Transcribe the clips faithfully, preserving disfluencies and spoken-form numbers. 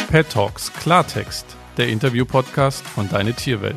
Pet Talks Klartext, der Interview-Podcast von Deine Tierwelt.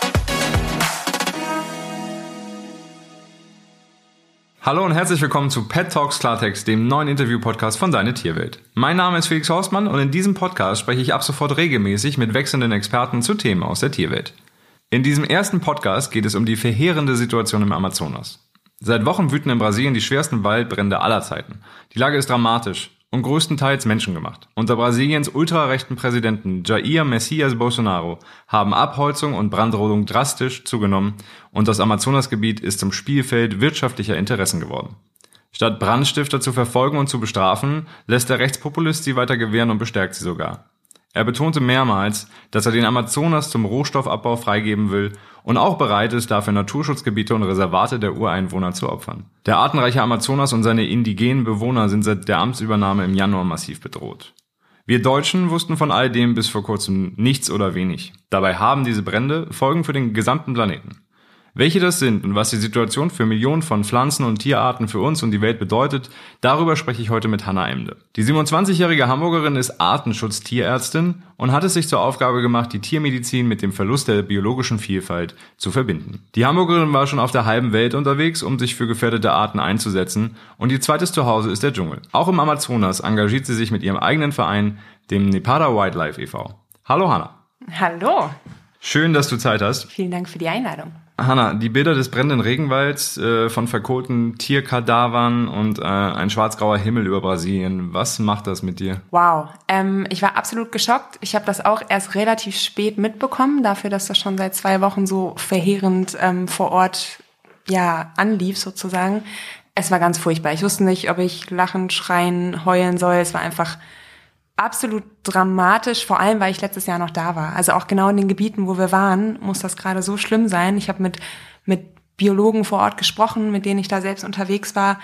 Hallo und herzlich willkommen zu Pet Talks Klartext, dem neuen Interview-Podcast von Deine Tierwelt. Mein Name ist Felix Horstmann und in diesem Podcast spreche ich ab sofort regelmäßig mit wechselnden Experten zu Themen aus der Tierwelt. In diesem ersten Podcast geht es um die verheerende Situation im Amazonas. Seit Wochen wüten in Brasilien die schwersten Waldbrände aller Zeiten. Die Lage ist dramatisch und größtenteils menschengemacht. Unter Brasiliens ultrarechten Präsidenten Jair Messias Bolsonaro haben Abholzung und Brandrodung drastisch zugenommen und das Amazonasgebiet ist zum Spielfeld wirtschaftlicher Interessen geworden. Statt Brandstifter zu verfolgen und zu bestrafen, lässt der Rechtspopulist sie weiter gewähren und bestärkt sie sogar. Er betonte mehrmals, dass er den Amazonas zum Rohstoffabbau freigeben will und auch bereit ist, dafür Naturschutzgebiete und Reservate der Ureinwohner zu opfern. Der artenreiche Amazonas und seine indigenen Bewohner sind seit der Amtsübernahme im Januar massiv bedroht. Wir Deutschen wussten von all dem bis vor kurzem nichts oder wenig. Dabei haben diese Brände Folgen für den gesamten Planeten. Welche das sind und was die Situation für Millionen von Pflanzen- und Tierarten für uns und die Welt bedeutet, darüber spreche ich heute mit Hanna Emde. Die siebenundzwanzigjährige Hamburgerin ist Artenschutztierärztin und hat es sich zur Aufgabe gemacht, die Tiermedizin mit dem Verlust der biologischen Vielfalt zu verbinden. Die Hamburgerin war schon auf der halben Welt unterwegs, um sich für gefährdete Arten einzusetzen, und ihr zweites Zuhause ist der Dschungel. Auch im Amazonas engagiert sie sich mit ihrem eigenen Verein, dem Nepara Wildlife e V Hallo Hanna. Hallo. Schön, dass du Zeit hast. Vielen Dank für die Einladung. Hanna, die Bilder des brennenden Regenwalds, äh, von verkohlten Tierkadavern und äh, ein schwarz-grauer Himmel über Brasilien. Was macht das mit dir? Wow, ähm, ich war absolut geschockt. Ich habe das auch erst relativ spät mitbekommen, dafür, dass das schon seit zwei Wochen so verheerend ähm, vor Ort ja anlief sozusagen. Es war ganz furchtbar. Ich wusste nicht, ob ich lachen, schreien, heulen soll. Es war einfach absolut dramatisch, vor allem, weil ich letztes Jahr noch da war. Also auch genau in den Gebieten, wo wir waren, muss das gerade so schlimm sein. Ich habe mit mit Biologen vor Ort gesprochen, mit denen ich da selbst unterwegs war.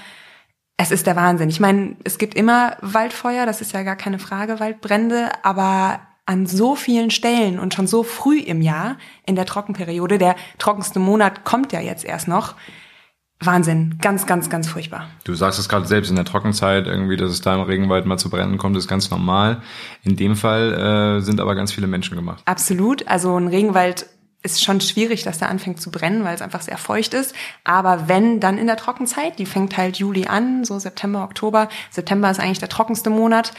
Es ist der Wahnsinn. Ich meine, es gibt immer Waldfeuer, das ist ja gar keine Frage, Waldbrände, aber an so vielen Stellen und schon so früh im Jahr, in der Trockenperiode, der trockenste Monat kommt ja jetzt erst noch, Wahnsinn, ganz, ganz, ganz furchtbar. Du sagst es gerade selbst, in der Trockenzeit irgendwie, dass es da im Regenwald mal zu brennen kommt, ist ganz normal. In dem Fall äh, sind aber ganz viele Menschen gemacht. Absolut, also ein Regenwald ist schon schwierig, dass der anfängt zu brennen, weil es einfach sehr feucht ist. Aber wenn, dann in der Trockenzeit, die fängt halt Juli an, so September, Oktober. September ist eigentlich der trockenste Monat.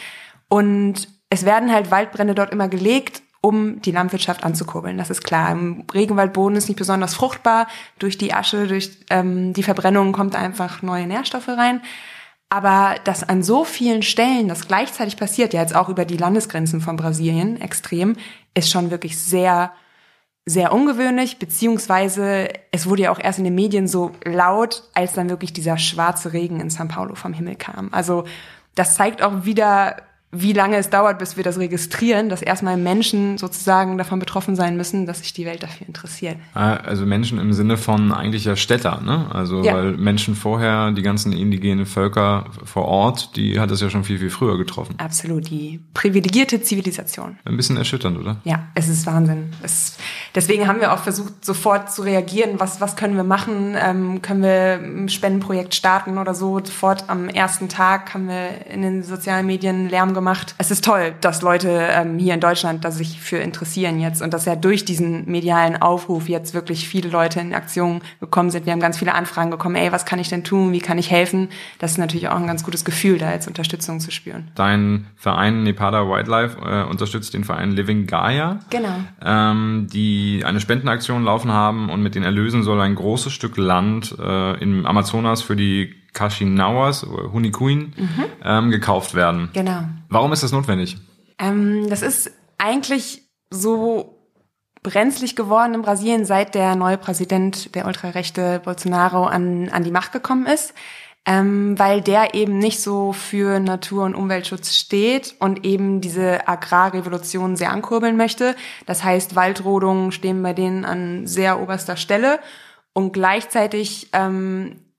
Und es werden halt Waldbrände dort immer gelegt, um die Landwirtschaft anzukurbeln. Das ist klar. Im Regenwaldboden ist nicht besonders fruchtbar. Durch die Asche, durch ähm, die Verbrennung kommt einfach neue Nährstoffe rein. Aber dass an so vielen Stellen das gleichzeitig passiert, ja jetzt auch über die Landesgrenzen von Brasilien extrem, ist schon wirklich sehr, sehr ungewöhnlich. Beziehungsweise es wurde ja auch erst in den Medien so laut, als dann wirklich dieser schwarze Regen in São Paulo vom Himmel kam. Also das zeigt auch wieder, wie lange es dauert, bis wir das registrieren, dass erstmal Menschen sozusagen davon betroffen sein müssen, dass sich die Welt dafür interessiert. Also Menschen im Sinne von eigentlich ja Städter, ne? Also ja. Weil Menschen vorher, die ganzen indigenen Völker vor Ort, die hat es ja schon viel, viel früher getroffen. Absolut, die privilegierte Zivilisation. Ein bisschen erschütternd, oder? Ja, es ist Wahnsinn. Es, deswegen haben wir auch versucht, sofort zu reagieren. Was, was können wir machen? Ähm, können wir ein Spendenprojekt starten oder so? Sofort am ersten Tag haben wir in den sozialen Medien Lärm gemacht. gemacht. Es ist toll, dass Leute ähm, hier in Deutschland da sich für interessieren jetzt und dass ja durch diesen medialen Aufruf jetzt wirklich viele Leute in Aktion gekommen sind. Wir haben ganz viele Anfragen bekommen, ey, was kann ich denn tun, wie kann ich helfen? Das ist natürlich auch ein ganz gutes Gefühl, da jetzt Unterstützung zu spüren. Dein Verein Nepara Wildlife äh, unterstützt den Verein Living Gaia, genau, ähm, die eine Spendenaktion laufen haben und mit den Erlösen soll ein großes Stück Land äh, im Amazonas für die Kaxinawas, Hunikuin, mhm. ähm, gekauft werden. Genau. Warum ist das notwendig? Ähm, das ist eigentlich so brenzlig geworden in Brasilien, seit der neue Präsident, der ultrarechte Bolsonaro, an, an die Macht gekommen ist, ähm, weil der eben nicht so für Natur- und Umweltschutz steht und eben diese Agrarrevolution sehr ankurbeln möchte. Das heißt, Waldrodungen stehen bei denen an sehr oberster Stelle und gleichzeitig ähm,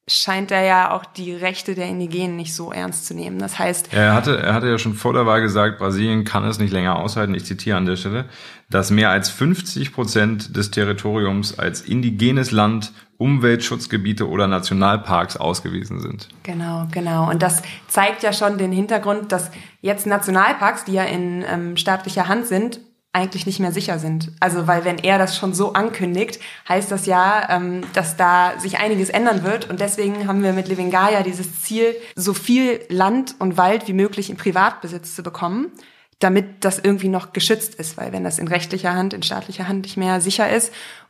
scheint er ja auch die Rechte der Indigenen nicht so ernst zu nehmen. Das heißt... Er hatte, er hatte ja schon vor der Wahl gesagt, Brasilien kann es nicht länger aushalten, ich zitiere an der Stelle, dass mehr als fünfzig Prozent des Territoriums als indigenes Land, Umweltschutzgebiete oder Nationalparks ausgewiesen sind. Genau, genau. Und das zeigt ja schon den Hintergrund, dass jetzt Nationalparks, die ja in ähm, staatlicher Hand sind, eigentlich nicht mehr sicher sind. Also weil wenn er das schon so ankündigt, heißt das ja, ähm, dass da sich einiges ändern wird. Und deswegen haben wir mit Living Gaia dieses Ziel, so viel Land und Wald wie möglich in Privatbesitz zu bekommen, damit das irgendwie noch geschützt ist. Weil wenn das in rechtlicher Hand, in staatlicher Hand nicht mehr sicher ist.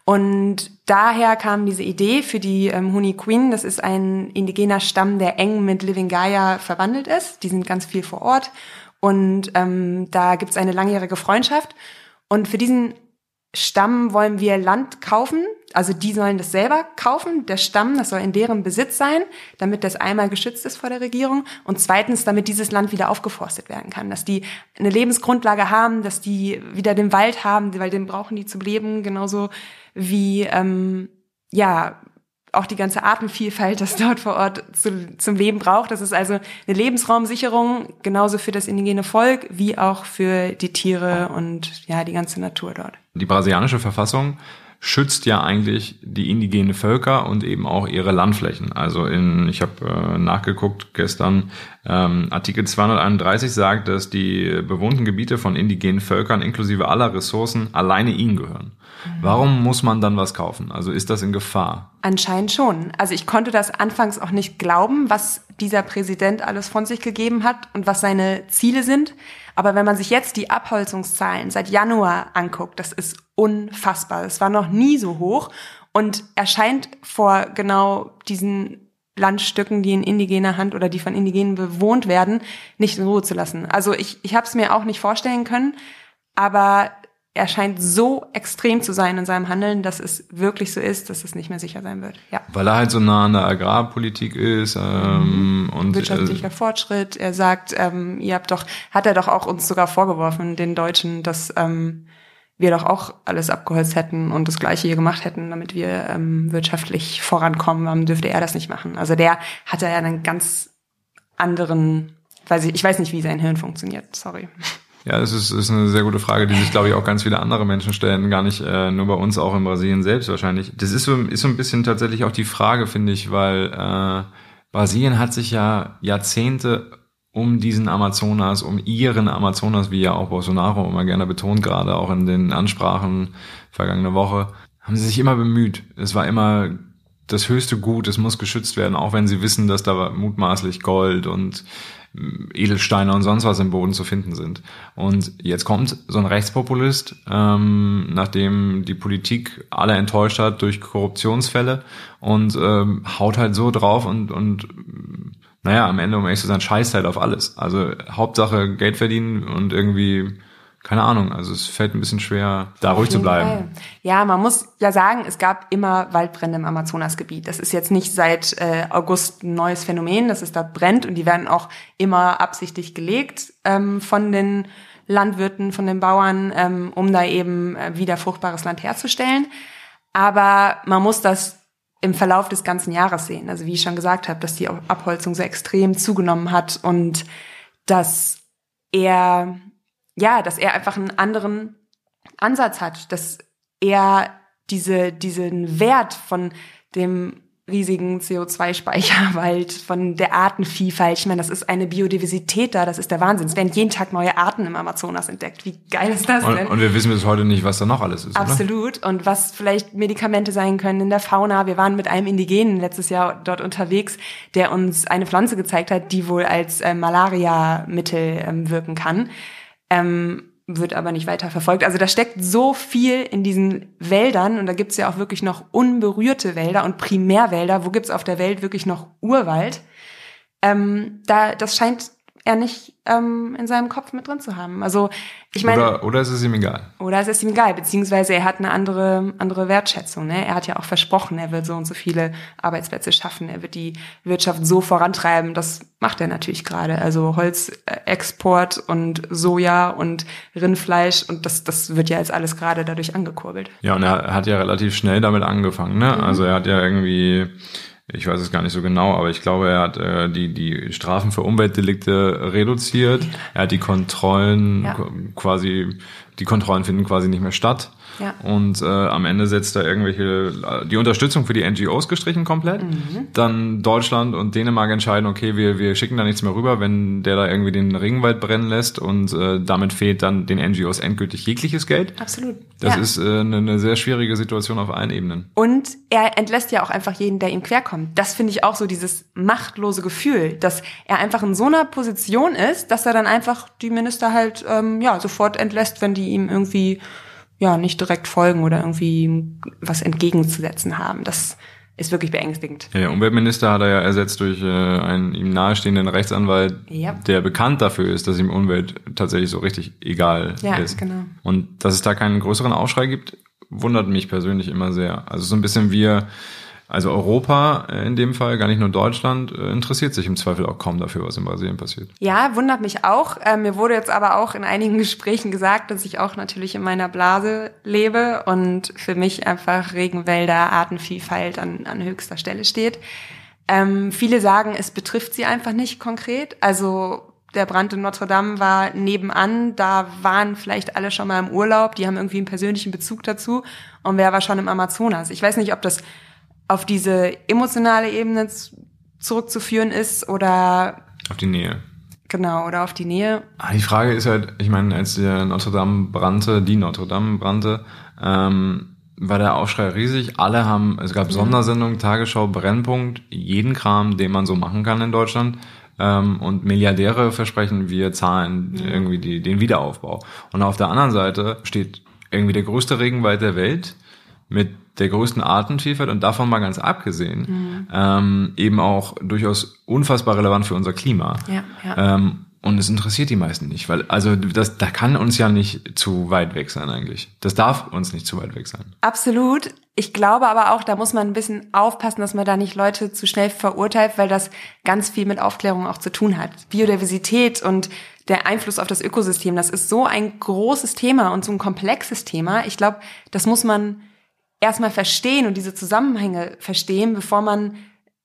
Und daher kam diese Idee für die ähm, Huni-Queen. Das ist ein indigener Stamm, der eng mit Living Gaia verwandelt ist. Die sind ganz viel vor Ort. Und ähm, da gibt's eine langjährige Freundschaft. Und für diesen Stamm wollen wir Land kaufen. Also die sollen das selber kaufen. Der Stamm, das soll in deren Besitz sein, damit das einmal geschützt ist vor der Regierung. Und zweitens, damit dieses Land wieder aufgeforstet werden kann. Dass die eine Lebensgrundlage haben, dass die wieder den Wald haben, weil den brauchen die zum Leben. Genauso wie, ähm, ja... auch die ganze Artenvielfalt, das dort vor Ort zu, zum Leben braucht. Das ist also eine Lebensraumsicherung, genauso für das indigene Volk, wie auch für die Tiere und ja die ganze Natur dort. Die brasilianische Verfassung schützt ja eigentlich die indigene Völker und eben auch ihre Landflächen. Also in, ich habe äh, nachgeguckt gestern, ähm, Artikel zweihunderteinunddreißig sagt, dass die bewohnten Gebiete von indigenen Völkern inklusive aller Ressourcen alleine ihnen gehören. Warum muss man dann was kaufen? Also ist das in Gefahr? Anscheinend schon. Also ich konnte das anfangs auch nicht glauben, was dieser Präsident alles von sich gegeben hat und was seine Ziele sind. Aber wenn man sich jetzt die Abholzungszahlen seit Januar anguckt, das ist unfassbar. Es war noch nie so hoch und er scheint vor genau diesen Landstücken, die in indigener Hand oder die von Indigenen bewohnt werden, nicht in Ruhe zu lassen. Also ich, ich habe es mir auch nicht vorstellen können, aber er scheint so extrem zu sein in seinem Handeln, dass es wirklich so ist, dass es nicht mehr sicher sein wird. Ja. Weil er halt so nah an der Agrarpolitik ist ähm, mhm. und wirtschaftlicher äh, Fortschritt. Er sagt, ähm, ihr habt doch, hat er doch auch uns sogar vorgeworfen, den Deutschen, dass ähm, wir doch auch alles abgeholzt hätten und das Gleiche hier gemacht hätten, damit wir ähm, wirtschaftlich vorankommen. Warum dürfte er das nicht machen? Also der hatte ja einen ganz anderen, weiß ich, ich weiß nicht, wie sein Hirn funktioniert. Sorry. Ja, das ist, ist eine sehr gute Frage, die sich, glaube ich, auch ganz viele andere Menschen stellen, gar nicht äh, nur bei uns, auch in Brasilien selbst wahrscheinlich. Das ist so, ist so ein bisschen tatsächlich auch die Frage, finde ich, weil äh, Brasilien hat sich ja Jahrzehnte um diesen Amazonas, um ihren Amazonas, wie ja auch Bolsonaro immer gerne betont, gerade auch in den Ansprachen vergangene Woche, haben sie sich immer bemüht. Es war immer das höchste Gut, es muss geschützt werden, auch wenn sie wissen, dass da mutmaßlich Gold und Edelsteine und sonst was im Boden zu finden sind. Und jetzt kommt so ein Rechtspopulist, ähm, nachdem die Politik alle enttäuscht hat durch Korruptionsfälle und ähm, haut halt so drauf und und naja, am Ende, um ehrlich zu sein, scheißt halt auf alles. Also Hauptsache Geld verdienen und irgendwie, keine Ahnung, also es fällt ein bisschen schwer, da ruhig zu bleiben. Fall. Ja, man muss ja sagen, es gab immer Waldbrände im Amazonasgebiet. Das ist jetzt nicht seit äh, August ein neues Phänomen, dass es da brennt und die werden auch immer absichtlich gelegt ähm, von den Landwirten, von den Bauern, ähm, um da eben äh, wieder fruchtbares Land herzustellen. Aber man muss das im Verlauf des ganzen Jahres sehen. Also wie ich schon gesagt habe, dass die Abholzung so extrem zugenommen hat und dass er ja, dass er einfach einen anderen Ansatz hat, dass er diese, diesen Wert von dem riesigen C O zwei Speicherwald, von der Artenvielfalt, ich meine, das ist eine Biodiversität da, das ist der Wahnsinn. Es werden jeden Tag neue Arten im Amazonas entdeckt. Wie geil ist das denn? Und, und wir wissen bis heute nicht, was da noch alles ist, Absolut. Oder? Und was vielleicht Medikamente sein können in der Fauna. Wir waren mit einem Indigenen letztes Jahr dort unterwegs, der uns eine Pflanze gezeigt hat, die wohl als äh, Malaria-Mittel ähm, wirken kann. Ähm, wird aber nicht weiter verfolgt. Also da steckt so viel in diesen Wäldern und da gibt's ja auch wirklich noch unberührte Wälder und Primärwälder. Wo gibt's auf der Welt wirklich noch Urwald? Ähm, da, das scheint er nicht ähm, in seinem Kopf mit drin zu haben. Also ich meine, oder, oder ist es ihm egal? Oder ist es ihm egal, beziehungsweise er hat eine andere andere Wertschätzung. Ne? Er hat ja auch versprochen, er wird so und so viele Arbeitsplätze schaffen, er wird die Wirtschaft so vorantreiben. Das macht er natürlich gerade. Also Holzexport und Soja und Rindfleisch und das das wird ja jetzt alles gerade dadurch angekurbelt. Ja, und er hat ja relativ schnell damit angefangen. Ne? Mhm. Also er hat ja irgendwie ich weiß es gar nicht so genau, aber ich glaube, er hat äh, die die Strafen für Umweltdelikte reduziert. Ja. Er hat die Kontrollen ja. quasi, die Kontrollen finden quasi nicht mehr statt. Ja. Und äh, am Ende setzt da irgendwelche, die Unterstützung für die N G Os gestrichen komplett. Mhm. Dann Deutschland und Dänemark entscheiden, okay, wir wir schicken da nichts mehr rüber, wenn der da irgendwie den Regenwald brennen lässt, und äh, damit fehlt dann den N G Os endgültig jegliches Geld. Absolut. Das ja. ist äh, eine, eine sehr schwierige Situation auf allen Ebenen. Und er entlässt ja auch einfach jeden, der ihm querkommt. Das finde ich auch so, dieses machtlose Gefühl, dass er einfach in so einer Position ist, dass er dann einfach die Minister halt ähm, ja sofort entlässt, wenn die ihm irgendwie ja nicht direkt folgen oder irgendwie was entgegenzusetzen haben. Das ist wirklich beängstigend. Ja, der Umweltminister hat er ja ersetzt durch äh, einen ihm nahestehenden Rechtsanwalt, ja. der bekannt dafür ist, dass ihm Umwelt tatsächlich so richtig egal ja, ist. Genau. Und dass es da keinen größeren Aufschrei gibt, wundert mich persönlich immer sehr. Also so ein bisschen wir, also Europa in dem Fall, gar nicht nur Deutschland, interessiert sich im Zweifel auch kaum dafür, was in Brasilien passiert. Ja, wundert mich auch. Äh, mir wurde jetzt aber auch in einigen Gesprächen gesagt, dass ich auch natürlich in meiner Blase lebe und für mich einfach Regenwälder, Artenvielfalt an, an höchster Stelle steht. Ähm, viele sagen, es betrifft sie einfach nicht konkret. Also der Brand in Notre Dame war nebenan, da waren vielleicht alle schon mal im Urlaub, die haben irgendwie einen persönlichen Bezug dazu, und wer war schon im Amazonas? Ich weiß nicht, ob das auf diese emotionale Ebene zurückzuführen ist oder auf die Nähe. Genau, oder auf die Nähe. Die Frage ist halt, ich meine, als der Notre Dame brannte, die Notre Dame brannte, ähm, war der Aufschrei riesig. Alle haben, es gab Sondersendungen, Tagesschau, Brennpunkt, jeden Kram, den man so machen kann in Deutschland. Ähm, und Milliardäre versprechen, wir zahlen ja. irgendwie die, den Wiederaufbau. Und auf der anderen Seite steht irgendwie der größte Regenwald der Welt mit der größten Artenvielfalt und davon mal ganz abgesehen, mhm. ähm, eben auch durchaus unfassbar relevant für unser Klima. Ja, ja. Ähm, und es interessiert die meisten nicht, weil also das, da kann uns ja nicht zu weit weg sein eigentlich. Das darf uns nicht zu weit weg sein. Absolut. Ich glaube aber auch, da muss man ein bisschen aufpassen, dass man da nicht Leute zu schnell verurteilt, weil das ganz viel mit Aufklärung auch zu tun hat. Biodiversität und der Einfluss auf das Ökosystem, das ist so ein großes Thema und so ein komplexes Thema. Ich glaube, das muss man erstmal verstehen und diese Zusammenhänge verstehen, bevor man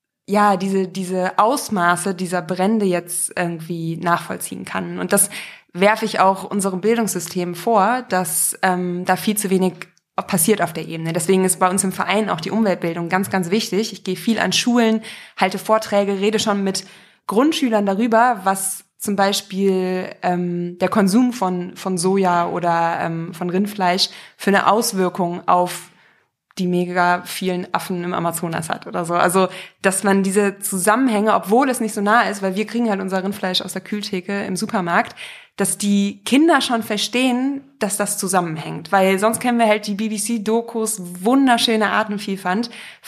ja diese diese Ausmaße dieser Brände jetzt irgendwie nachvollziehen kann. Und das werfe ich auch unserem Bildungssystem vor, dass ähm, da viel zu wenig passiert auf der Ebene. Deswegen ist bei uns im Verein auch die Umweltbildung ganz, ganz wichtig. Ich gehe viel an Schulen, halte Vorträge, rede schon mit Grundschülern darüber, was zum Beispiel ähm, der Konsum von von Soja oder ähm, von Rindfleisch für eine Auswirkung auf die mega vielen Affen im Amazonas hat oder so. Also, dass man diese Zusammenhänge, obwohl es nicht so nah ist, weil wir kriegen halt unser Rindfleisch aus der Kühltheke im Supermarkt, dass die Kinder schon verstehen, dass das zusammenhängt. Weil sonst kennen wir halt die B B C-Dokus, wunderschöne Artenvielfalt,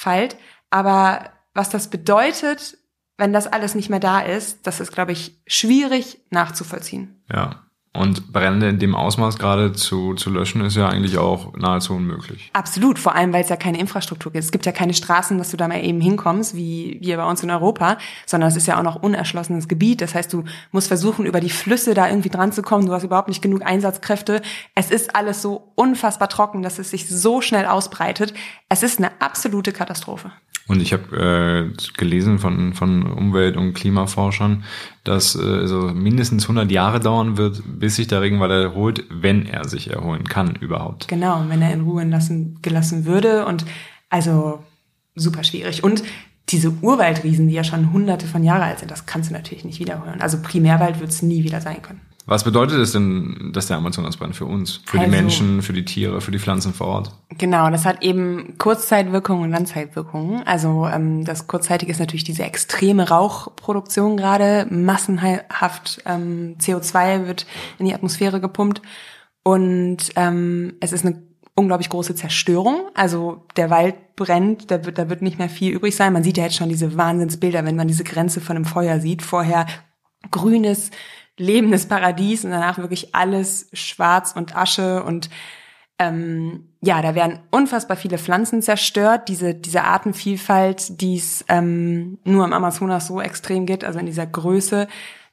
aber was das bedeutet, wenn das alles nicht mehr da ist, das ist, glaube ich, schwierig nachzuvollziehen. Ja. Und Brände in dem Ausmaß gerade zu, zu löschen, ist ja eigentlich auch nahezu unmöglich. Absolut, vor allem, weil es ja keine Infrastruktur gibt. Es gibt ja keine Straßen, dass du da mal eben hinkommst, wie wir bei uns in Europa, sondern es ist ja auch noch unerschlossenes Gebiet. Das heißt, du musst versuchen, über die Flüsse da irgendwie dran zu kommen. Du hast überhaupt nicht genug Einsatzkräfte. Es ist alles so unfassbar trocken, dass es sich so schnell ausbreitet. Es ist eine absolute Katastrophe. Und ich habe äh, gelesen von von Umwelt- und Klimaforschern, dass äh, also mindestens hundert Jahre dauern wird, bis sich der Regenwald erholt, wenn er sich erholen kann überhaupt. Genau, wenn er in Ruhe lassen, gelassen würde. Und also super schwierig. Und diese Urwaldriesen, die ja schon hunderte von Jahren alt sind, das kannst du natürlich nicht wiederholen. Also Primärwald wird es nie wieder sein können. Was bedeutet es denn, dass der Amazonas brennt für uns? Für also, die Menschen, für die Tiere, für die Pflanzen vor Ort? Genau, das hat eben Kurzzeitwirkungen und Langzeitwirkungen. Also ähm, das Kurzzeitige ist natürlich diese extreme Rauchproduktion gerade. Massenhaft ähm, C O zwei wird in die Atmosphäre gepumpt. Und ähm, es ist eine unglaublich große Zerstörung. Also der Wald brennt, da wird, da wird nicht mehr viel übrig sein. Man sieht ja jetzt schon diese Wahnsinnsbilder, wenn man diese Grenze von einem Feuer sieht. Vorher grünes, lebendes Paradies und danach wirklich alles schwarz und Asche und ähm, ja, da werden unfassbar viele Pflanzen zerstört. Diese diese Artenvielfalt, die es ähm, nur im Amazonas so extrem gibt, also in dieser Größe,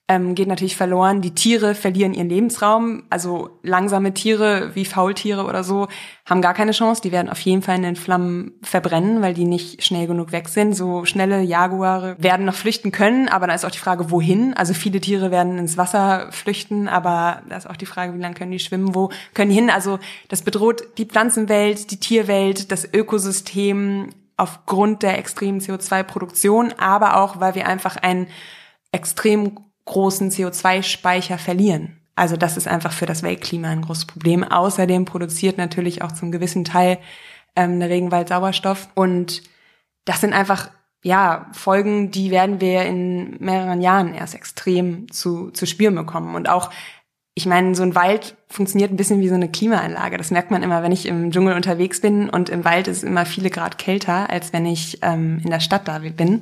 ähm, geht natürlich verloren. Die Tiere verlieren ihren Lebensraum. Also langsame Tiere wie Faultiere oder so haben gar keine Chance. Die werden auf jeden Fall in den Flammen verbrennen, weil die nicht schnell genug weg sind. So schnelle Jaguare werden noch flüchten können, aber da ist auch die Frage, wohin? Also viele Tiere werden ins Wasser flüchten, aber da ist auch die Frage, wie lange können die schwimmen, wo können die hin? Also das bedroht die Pflanzenwelt, die Tierwelt, das Ökosystem aufgrund der extremen C O zwei Produktion, aber auch, weil wir einfach einen extrem großen C O zwei Speicher verlieren. Also das ist einfach für das Weltklima ein großes Problem. Außerdem produziert natürlich auch zum gewissen Teil ähm, der Regenwald Sauerstoff. Und das sind einfach, ja, Folgen, die werden wir in mehreren Jahren erst extrem zu, zu spüren bekommen. Und auch, ich meine, so ein Wald funktioniert ein bisschen wie so eine Klimaanlage. Das merkt man immer, wenn ich im Dschungel unterwegs bin. Und im Wald ist es immer viele Grad kälter, als wenn ich ähm, in der Stadt da bin.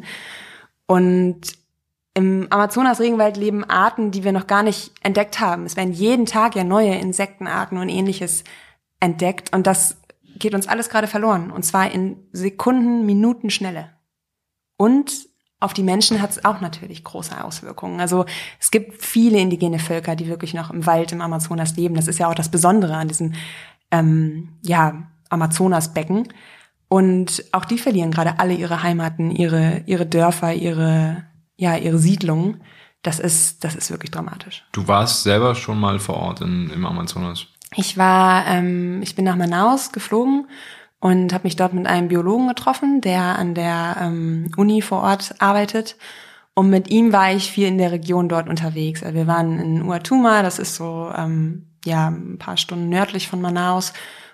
Und im Amazonas-Regenwald leben Arten, die wir noch gar nicht entdeckt haben. Es werden jeden Tag ja neue Insektenarten und Ähnliches entdeckt. Und das geht uns alles gerade verloren. Und zwar in Sekunden, Minuten Schnelle. Und auf die Menschen hat es auch natürlich große Auswirkungen. Also es gibt viele indigene Völker, die wirklich noch im Wald im Amazonas leben. Das ist ja auch das Besondere an diesem ähm, ja, Amazonasbecken. Und auch die verlieren gerade alle ihre Heimaten, ihre ihre Dörfer, ihre ja, ihre Siedlungen. Das ist, das ist wirklich dramatisch. Du warst selber schon mal vor Ort in, im Amazonas? Ich war, ähm, ich bin nach Manaus geflogen und habe mich dort mit einem Biologen getroffen, der an der ähm, Uni vor Ort arbeitet. Und mit ihm war ich viel in der Region dort unterwegs. Also wir waren in Uatuma, das ist so, ähm, ja, ein paar Stunden nördlich von Manaus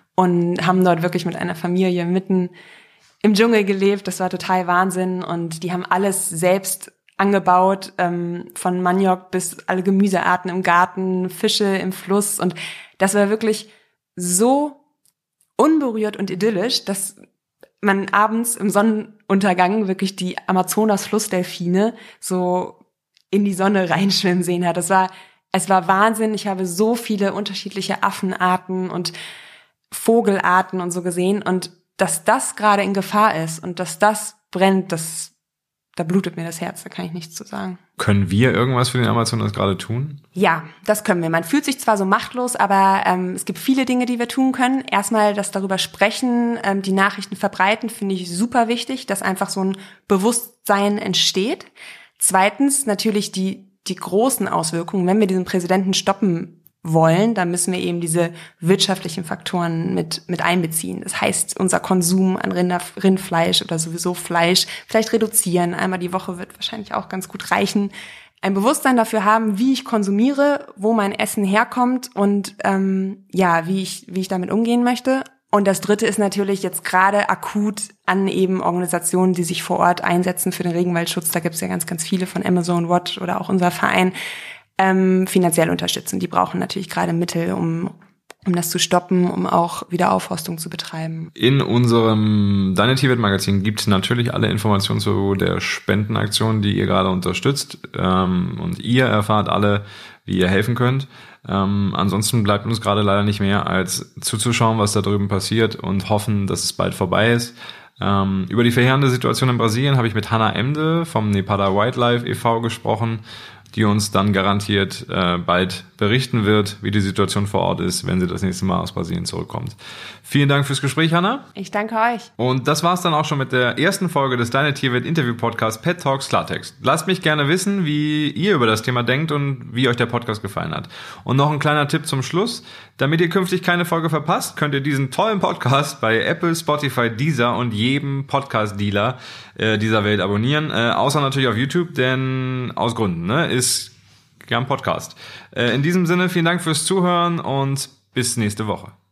und haben dort wirklich mit einer Familie mitten im Dschungel gelebt. Das war total Wahnsinn und die haben alles selbst angebaut, ähm, von Maniok bis alle Gemüsearten im Garten, Fische im Fluss. Und das war wirklich so unberührt und idyllisch, dass man abends im Sonnenuntergang wirklich die Amazonas-Flussdelfine so in die Sonne reinschwimmen sehen hat. Das war, es war Wahnsinn. Ich habe so viele unterschiedliche Affenarten und Vogelarten und so gesehen. Und dass das gerade in Gefahr ist und dass das brennt, das da blutet mir das Herz, da kann ich nichts zu sagen. Können wir irgendwas für den Amazonas gerade tun? Ja, das können wir. Man fühlt sich zwar so machtlos, aber ähm, es gibt viele Dinge, die wir tun können. Erstmal das darüber sprechen, ähm, die Nachrichten verbreiten, finde ich super wichtig, dass einfach so ein Bewusstsein entsteht. Zweitens natürlich die die großen Auswirkungen. Wenn wir diesen Präsidenten stoppen wollen, dann müssen wir eben diese wirtschaftlichen Faktoren mit mit einbeziehen. Das heißt, unser Konsum an Rinder, Rindfleisch oder sowieso Fleisch vielleicht reduzieren. Einmal die Woche wird wahrscheinlich auch ganz gut reichen. Ein Bewusstsein dafür haben, wie ich konsumiere, wo mein Essen herkommt und ähm, ja, wie ich wie ich damit umgehen möchte. Und das Dritte ist natürlich jetzt gerade akut an eben Organisationen, die sich vor Ort einsetzen für den Regenwaldschutz. Da gibt es ja ganz, ganz viele von Amazon Watch oder auch unser Verein. Ähm, finanziell unterstützen. Die brauchen natürlich gerade Mittel, um um das zu stoppen, um auch Wiederaufforstung zu betreiben. In unserem Deine Tierwelt-Magazin gibt es natürlich alle Informationen zu der Spendenaktion, die ihr gerade unterstützt. Ähm, und ihr erfahrt alle, wie ihr helfen könnt. Ähm, ansonsten bleibt uns gerade leider nicht mehr, als zuzuschauen, was da drüben passiert und hoffen, dass es bald vorbei ist. Ähm, über die verheerende Situation in Brasilien habe ich mit Hannah Emde vom Nepada Wildlife e V gesprochen, die uns dann garantiert äh, bald berichten wird, wie die Situation vor Ort ist, wenn sie das nächste Mal aus Brasilien zurückkommt. Vielen Dank fürs Gespräch, Hannah. Ich danke euch. Und das war's dann auch schon mit der ersten Folge des Deine Tierwelt Interview Podcast Pet Talks Klartext. Lasst mich gerne wissen, wie ihr über das Thema denkt und wie euch der Podcast gefallen hat. Und noch ein kleiner Tipp zum Schluss. Damit ihr künftig keine Folge verpasst, könnt ihr diesen tollen Podcast bei Apple, Spotify, Deezer und jedem Podcast-Dealer äh, dieser Welt abonnieren. Äh, außer natürlich auf YouTube, denn aus Gründen, ne, ist ja ein Podcast. Äh, in diesem Sinne, vielen Dank fürs Zuhören und bis nächste Woche.